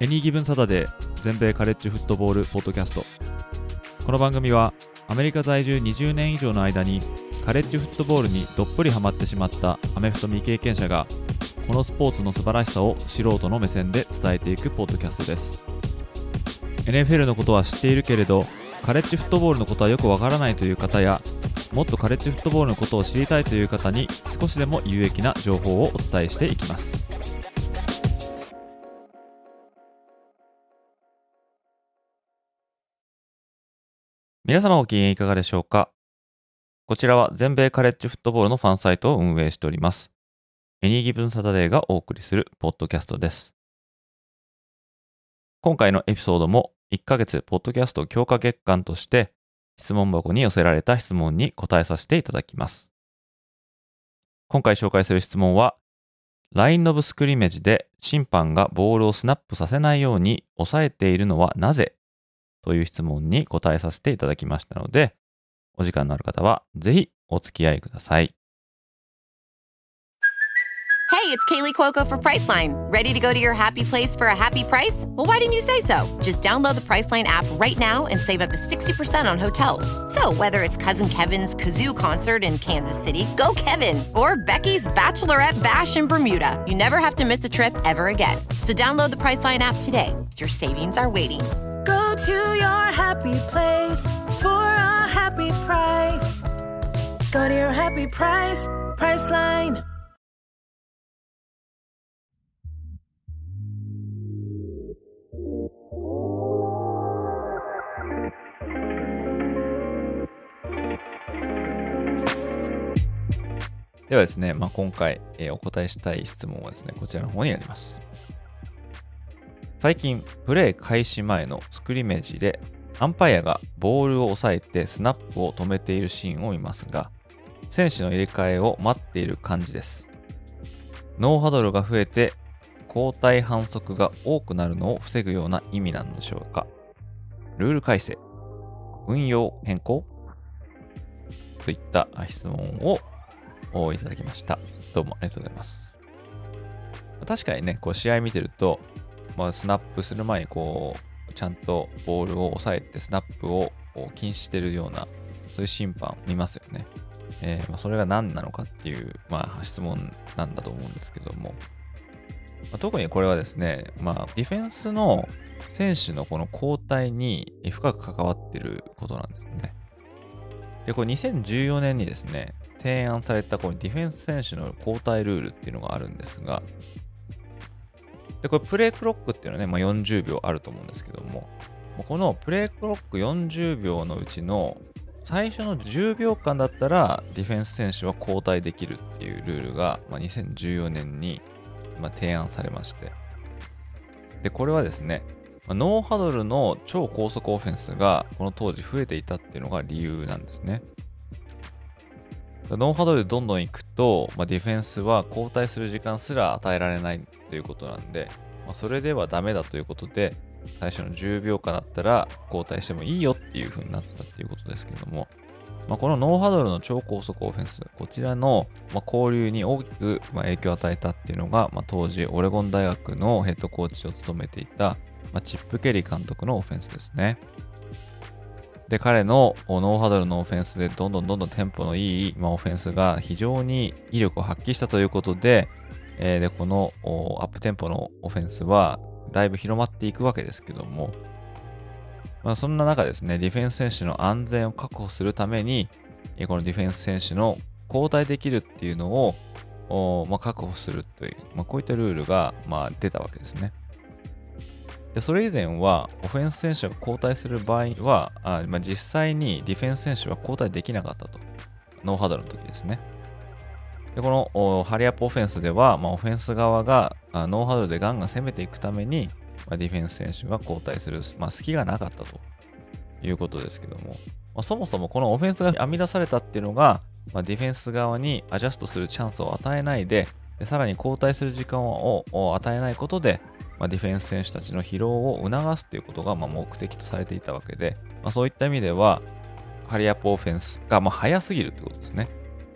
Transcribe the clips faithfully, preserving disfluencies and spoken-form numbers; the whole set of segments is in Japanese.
エニーギブンサタデー全米カレッジフットボールポッドキャスト。この番組はアメリカ在住にじゅうねん以上の間にカレッジフットボールにどっぷりハマってしまったアメフト未経験者がこのスポーツの素晴らしさを素人の目線で伝えていくポッドキャストです。 エヌエフエル のことは知っているけれどカレッジフットボールのことはよくわからないという方や、もっとカレッジフットボールのことを知りたいという方に少しでも有益な情報をお伝えしていきます。皆様ご機嫌いかがでしょうか。こちらは全米カレッジフットボールのファンサイトを運営しておりますエニーギブンサタデーがお送りするポッドキャストです。今回のエピソードもいっかげつポッドキャスト強化月間として質問箱に寄せられた質問に答えさせていただきます。今回紹介する質問は、ラインオブスクリメージで審判がボールをスナップさせないように抑えているのはなぜという質問に答えさせていただきましたので、お時間のある方はぜひお付き合いください。 Hey, it's Kaylee Cuoco for Priceline. Ready to go to your happy place for a happy price? Well, why didn't you say so? Just download the Priceline app right now and save up to sixty percent on hotels. So whether it's Cousin Kevin's Kazoo Concert in Kansas City, go Kevin, or Becky's Bachelorette Bash in Bermuda, you never have to miss a trip ever again. So download the Priceline app today. Your savings are waiting. Go to your happy place for a happy price. Go to your happy price, Priceline. ではですね、まあ、今回、えー、お答えしたい質問はですね、こちらの方になります。最近、プレー開始前のスクリメージでアンパイアがボールを押さえてスナップを止めているシーンを見ますが、選手の入れ替えを待っている感じです。ノーハドルが増えて交代反則が多くなるのを防ぐような意味なのでしょうか。ルール改正、運用変更といった質問をいただきました。どうもありがとうございます。確かにね、こう試合見てると、まあ、スナップする前にこうちゃんとボールを押さえてスナップを禁止してるような、そういう審判見ますよね。えーまあ、それが何なのかっていう、まあ、質問なんだと思うんですけども、まあ、特にこれはですね、まあ、ディフェンスの選手のこの交代に深く関わっていることなんですね。で、これにせんじゅうよねんにですね、提案されたこのディフェンス選手の交代ルールっていうのがあるんですが、でこれプレークロックっていうのはね、まあ、よんじゅうびょうあると思うんですけども、このプレークロックよんじゅうびょうのうちの最初のじゅうびょうかんだったらディフェンス選手は交代できるっていうルールが、まあ、にせんじゅうよねんにまあ提案されまして、でこれはですね、まあ、ノーハドルの超高速オフェンスがこの当時増えていたっていうのが理由なんですね。ノーハドルでどんどん行くと、まあ、ディフェンスは交代する時間すら与えられないということなんで、まあ、それではダメだということで、最初のじゅうびょうかんだったら交代してもいいよっていう風になったっていうことですけども、まあ、このノーハドルの超高速オフェンス、こちらの、まあ、交流に大きく、まあ、影響を与えたっていうのが、まあ、当時オレゴン大学のヘッドコーチを務めていた、まあ、チップ・ケリー監督のオフェンスですね。で、彼のノーハドルのオフェンスでどんどんどんどんテンポのいい、まあ、オフェンスが非常に威力を発揮したということで、えー、でこのアップテンポのオフェンスはだいぶ広まっていくわけですけども、まあ、そんな中ですね、ディフェンス選手の安全を確保するために、このディフェンス選手の交代できるっていうのを、まあ、確保するという、まあ、こういったルールが、まあ、出たわけですね。でそれ以前はオフェンス選手が交代する場合はあ、まあ、実際にディフェンス選手は交代できなかったと。ノーハドルの時ですね。でこのハリーアップオフェンスでは、まあ、オフェンス側があノーハドルでガンガン攻めていくために、まあ、ディフェンス選手が交代する、まあ、隙がなかったということですけども、まあ、そもそもこのオフェンスが編み出されたっていうのが、まあ、ディフェンス側にアジャストするチャンスを与えないで、でさらに交代する時間を与えないことで、まあ、ディフェンス選手たちの疲労を促すということがまあ目的とされていたわけで、まあ、そういった意味ではハリーアップオフェンスがまあ早すぎるということですね。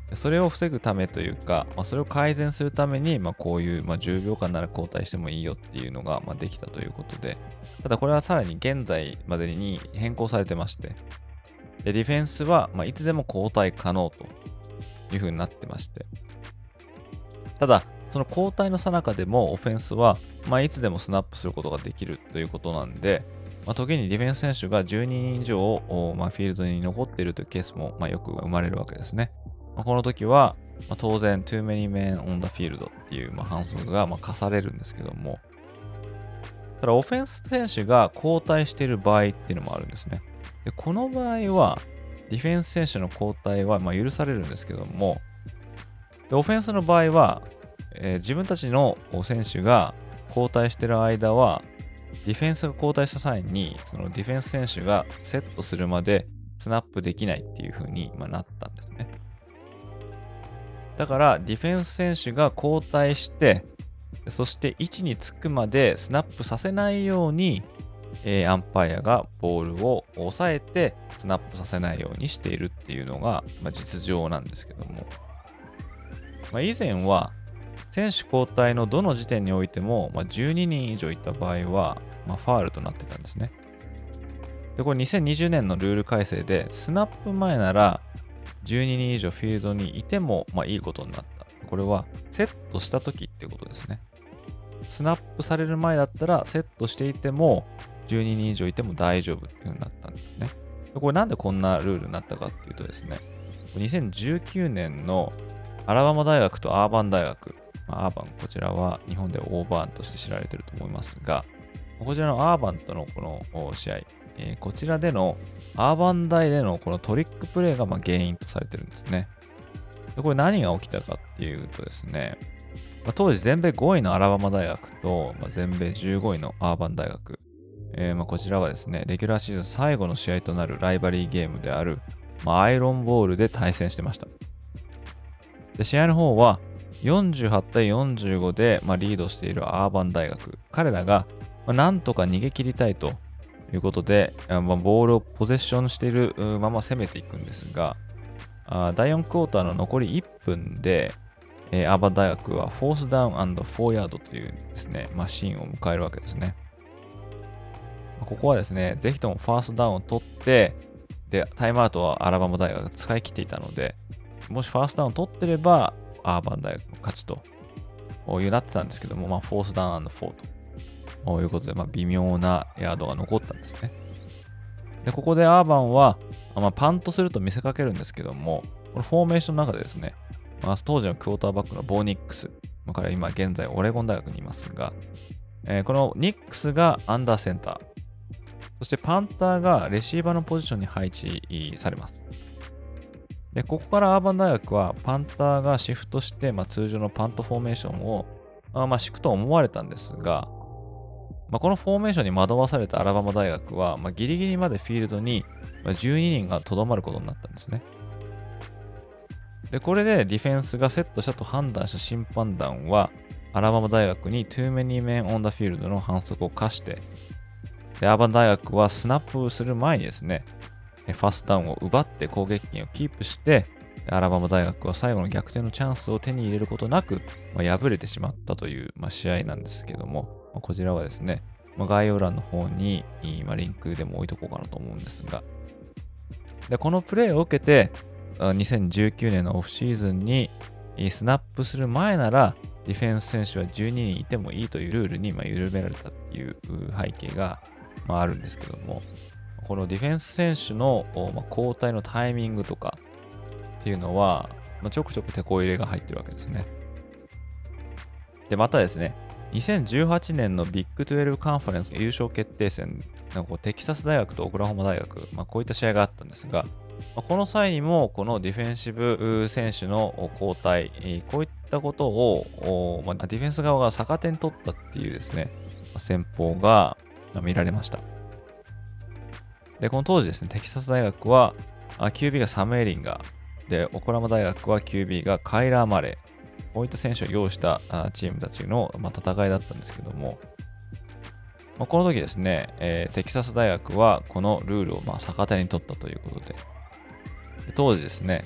それを防ぐためというか、まあ、それを改善するために、まあ、こういう、まあ、じゅうびょうかんなら交代してもいいよっていうのが、まあ、できたということで、ただこれはさらに現在までに変更されてまして、でディフェンスは、まあ、いつでも交代可能という風になってまして、ただ、その交代の最中でもオフェンスは、まあ、いつでもスナップすることができるということなんで、まあ、時にディフェンス選手がじゅうににん以上、まあ、フィールドに残っているというケースも、まあ、よく生まれるわけですね。まあ、この時は、まあ、当然 too many men on the field っていう、まあ、反則がまあ課されるんですけども、ただオフェンス選手が交代している場合っていうのもあるんですね。でこの場合はディフェンス選手の交代はまあ許されるんですけども、でオフェンスの場合は、えー、自分たちの選手が交代している間はディフェンスが交代した際にそのディフェンス選手がセットするまでスナップできないっていう風にまあなったんですね。だからディフェンス選手が交代してそして位置につくまでスナップさせないように、えー、アンパイアがボールを抑えてスナップさせないようにしているっていうのが、まあ、実情なんですけども、まあ、以前は選手交代のどの時点においても、まあ、じゅうににん以上いた場合は、まあ、ファウルとなってたんですね。で、これにせんにじゅうねんのルール改正で、スナップ前ならじゅうににん以上フィールドにいても、まあ、いいことになった。これはセットした時ってことですね。スナップされる前だったらセットしていてもじゅうににん以上いても大丈夫っていう風になったんですね。でこれなんでこんなルールになったかっていうとですね、にせんじゅうきゅうねんのアラバマ大学とアーバン大学、まあ、アーバン、こちらは日本でオーバーンとして知られていると思いますが、こちらのアーバンとのこの試合、えー、こちらでのアーバン大でのこのトリックプレーがまあ原因とされてるんですね。でこれ何が起きたかっていうとですね、まあ、当時全米ごいのアラバマ大学と、まあ、全米じゅうごいのアーバン大学、えー、まあこちらはですね、レギュラーシーズン最後の試合となるライバリーゲームである、まあ、アイロンボールで対戦してました。で試合の方はよんじゅうはちたいよんじゅうごで、まあ、リードしているアーバン大学。彼らが、まあ、なんとか逃げ切りたいということで、まあ、ボールをポゼッションしているまま攻めていくんですが、あだいよんクォーターの残りいっぷんで、えー、アーバン大学はフォースダウン&フォーヤードというですね、マシーンを迎えるわけですね。ここはですね、ぜひともファーストダウンを取って、で、タイムアウトはアラバマ大学が使い切っていたので、もしファーストダウンを取ってれば、アーバン大学の勝ちというなってたんですけども、まあ、フォースダウン&フォーということで、まあ、微妙なヤードが残ったんですね。で、ここでアーバンは、まあ、パントすると見せかけるんですけども、このフォーメーションの中でですね、まあ、当時のクォーターバックのボーニックス、まあ、彼は今現在オレゴン大学にいますが、えー、このニックスがアンダーセンター、そしてパンターがレシーバーのポジションに配置されます。で、ここからアーバン大学はパンターがシフトして、まあ、通常のパントフォーメーションを、まあ、まあ敷くと思われたんですが、まあ、このフォーメーションに惑わされたアラバマ大学は、まあ、ギリギリまでフィールドにじゅうににんがとどまることになったんですね。で、これでディフェンスがセットしたと判断した審判団は、アラバマ大学に too many men on the field の反則を課して、で、アーバン大学はスナップする前にですね、ファーストダウンを奪って攻撃権をキープして、アラバマ大学は最後の逆転のチャンスを手に入れることなく、まあ、敗れてしまったという、まあ、試合なんですけども、まあ、こちらはですね、まあ、概要欄の方に、まあ、リンクでも置いとこうかなと思うんですが、でこのプレーを受けて、にせんじゅうきゅうねんのオフシーズンにスナップする前なら、ディフェンス選手はじゅうににんいてもいいというルールにまあ緩められたっていう背景がまああるんですけども、このディフェンス選手のまあ交代のタイミングとかっていうのは、まあ、ちょくちょく手こ入れが入ってるわけですね。で、またですね、にせんじゅうはちねんのビッグじゅうにカンファレンス優勝決定戦、なんかこうテキサス大学とオクラホマ大学、まあ、こういった試合があったんですが、まあ、この際にもこのディフェンシブ選手の交代、こういったことを、まあ、ディフェンス側が逆手に取ったっていうですね、戦法が見られました。で、この当時ですね、テキサス大学は キュービー がサム・エリンガーで、オクラホマ大学は キュービー がカイラー・マレー、こういった選手を擁したチームたちの戦いだったんですけども、この時ですね、えー、テキサス大学はこのルールをまあ逆手に取ったということで、当時ですね、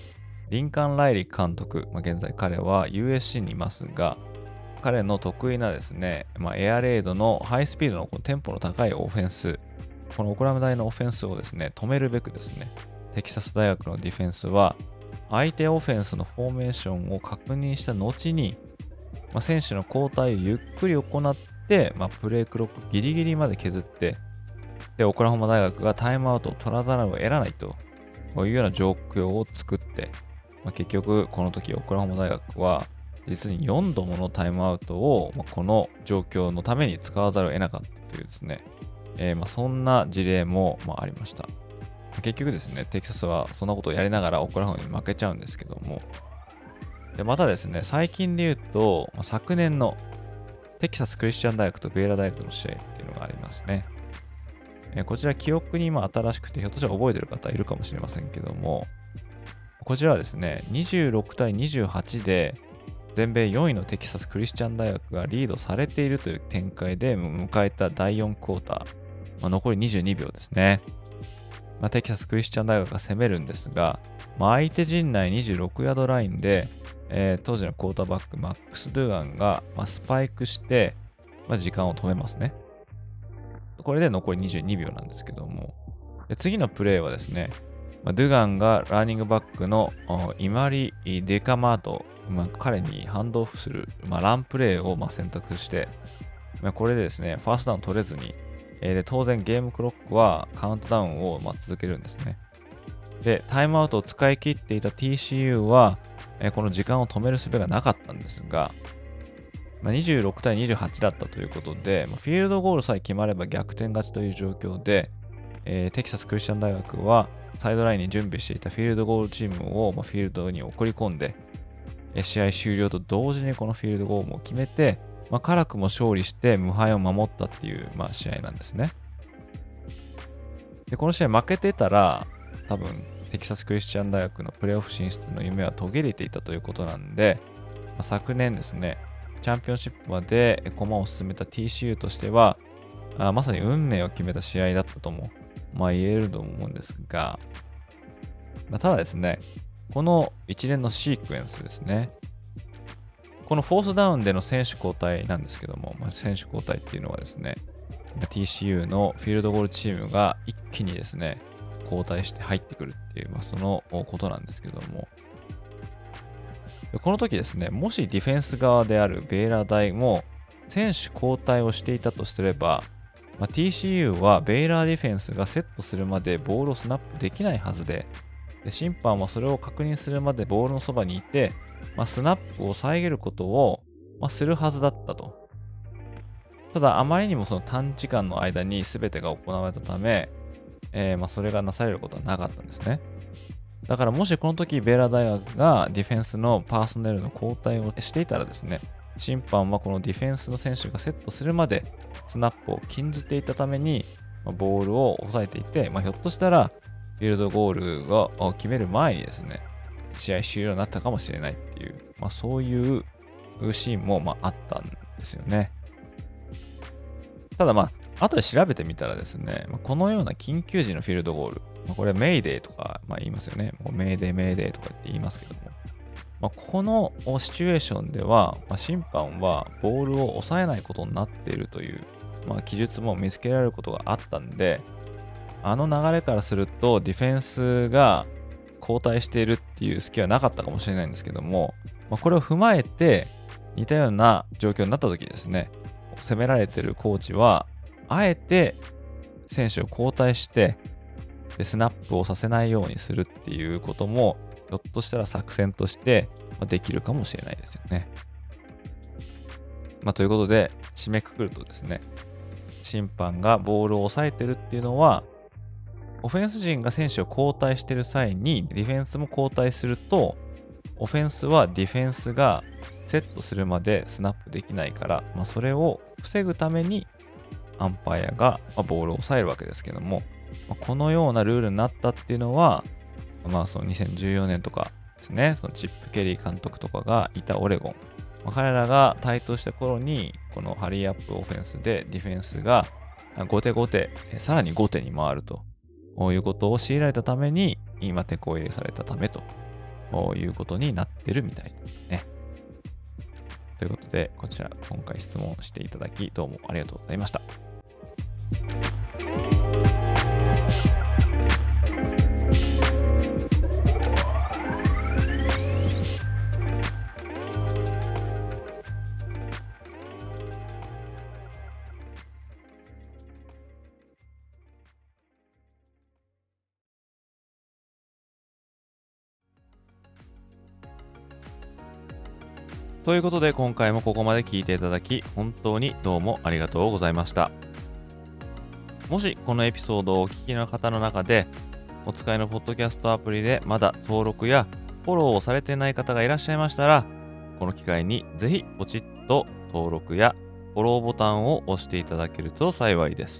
リンカーン・ライリー監督、まあ、現在彼は ユーエスシー にいますが、彼の得意なですね、まあ、エアレードのハイスピードのこのテンポの高いオフェンス、このオクラホマ大のオフェンスをですね、止めるべくですね、テキサス大学のディフェンスは、相手オフェンスのフォーメーションを確認した後に、まあ、選手の交代をゆっくり行って、まあ、プレークロックギリギリまで削って、で、オクラホマ大学がタイムアウトを取らざるを得ないというような状況を作って、まあ、結局この時オクラホマ大学は実によんどものタイムアウトを、まあ、この状況のために使わざるを得なかったというですね、えー、まあそんな事例もまあありました。結局ですね、テキサスはそんなことをやりながらオクラホマに負けちゃうんですけども、でまたですね、最近で言うと、まあ、昨年のテキサスクリスチャン大学とベイラ大学の試合っていうのがありますね。えー、こちら記憶に今新しくてひょっとしたら覚えてる方いるかもしれませんけども、こちらはですね、にじゅうろくたいにじゅうはちで全米よんいのテキサスクリスチャン大学がリードされているという展開で迎えただいよんクォーター、まあ、残りにじゅうにびょうですね。まあ、テキサスクリスチャン大学が攻めるんですが、まあ、相手陣内にじゅうろくヤードラインで、えー、当時のクォーターバックマックス・ドゥガンが、まあ、スパイクして、まあ、時間を止めますね。これで残りにじゅうにびょうなんですけども、で次のプレーはですね、まあ、ドゥガンがランニングバックのイマリ・デカマート、まあ、彼にハンドオフする、まあ、ランプレーをまあ選択して、まあ、これでですね、ファーストダウン取れずに、えー、で当然ゲームクロックはカウントダウンをまあ続けるんですね。で、タイムアウトを使い切っていた ティーシーユー は、えー、この時間を止める術がなかったんですが、まあ、にじゅうろくたいにじゅうはちだったということで、まあ、フィールドゴールさえ決まれば逆転勝ちという状況で、えー、テキサスクリスチャン大学はサイドラインに準備していたフィールドゴールチームを、まあ、フィールドに送り込んで、試合終了と同時にこのフィールドゴールを決めて、まあ、辛くも勝利して無敗を守ったっていう、まあ、試合なんですね。で、この試合負けてたら、多分テキサスクリスチャン大学のプレーオフ進出の夢は途切れていたということなんで、まあ、昨年ですね、チャンピオンシップまで駒を進めた ティーシーユー としては、あまさに運命を決めた試合だったとも、まあ、言えると思うんですが、まあ、ただですね、この一連のシークエンスですね、このフォースダウンでの選手交代なんですけども、まあ、選手交代っていうのはですね、ティーシーユー のフィールドゴールチームが一気にですね、交代して入ってくるっていう、まあ、そのことなんですけども、この時ですね、もしディフェンス側であるベイラー大も選手交代をしていたとすれば、まあ、ティーシーユー はベイラーディフェンスがセットするまでボールをスナップできないはずで、で審判はそれを確認するまでボールのそばにいて、まあ、スナップを遮ることを、まあ、するはずだったと。ただ、あまりにもその短時間の間に全てが行われたため、えー、まあそれがなされることはなかったんですね。だからもしこの時ベイラー大学がディフェンスのパーソネルの交代をしていたらですね、審判はこのディフェンスの選手がセットするまでスナップを禁じていたために、まあ、ボールを抑えていて、まあ、ひょっとしたらフィールドゴールを決める前にですね、試合終了になったかもしれないっていう、まあ、そういうシーンもまああったんですよね。ただまあ、後で調べてみたらですね、まあ、このような緊急時のフィールドゴール、まあ、これメイデーとか、まあ、言いますよね。もうメイデーメイデーとかって言いますけども、まあ、このシチュエーションでは、まあ、審判はボールを抑えないことになっているという、まあ、記述も見つけられることがあったんで、あの流れからするとディフェンスが交代しているっていう隙はなかったかもしれないんですけども、まあ、これを踏まえて似たような状況になった時ですね、攻められているコーチはあえて選手を交代してでスナップをさせないようにするっていうこともひょっとしたら作戦としてできるかもしれないですよね。まあ、ということで締めくくるとですね、審判がボールを抑えてるっていうのはオフェンス陣が選手を交代している際にディフェンスも交代すると、オフェンスはディフェンスがセットするまでスナップできないから、まあ、それを防ぐためにアンパイアがボールを抑えるわけですけども、まあ、このようなルールになったっていうのは、まあそのにせんじゅうよねんとかですね、そのチップ・ケリー監督とかがいたオレゴン、まあ、彼らが台頭した頃にこのハリーアップオフェンスでディフェンスが後手後手、さらに後手に回るということを強いられたために今手こ入れされたためということになってるみたいですね。ということで、こちら今回質問していただきどうもありがとうございました。ということで今回もここまで聞いていただき本当にどうもありがとうございました。もしこのエピソードをお聞きの方の中でお使いのポッドキャストアプリでまだ登録やフォローをされてない方がいらっしゃいましたら、この機会にぜひポチッと登録やフォローボタンを押していただけると幸いです。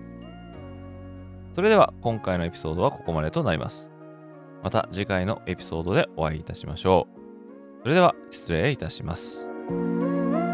それでは今回のエピソードはここまでとなります。また次回のエピソードでお会いいたしましょう。それでは失礼いたします。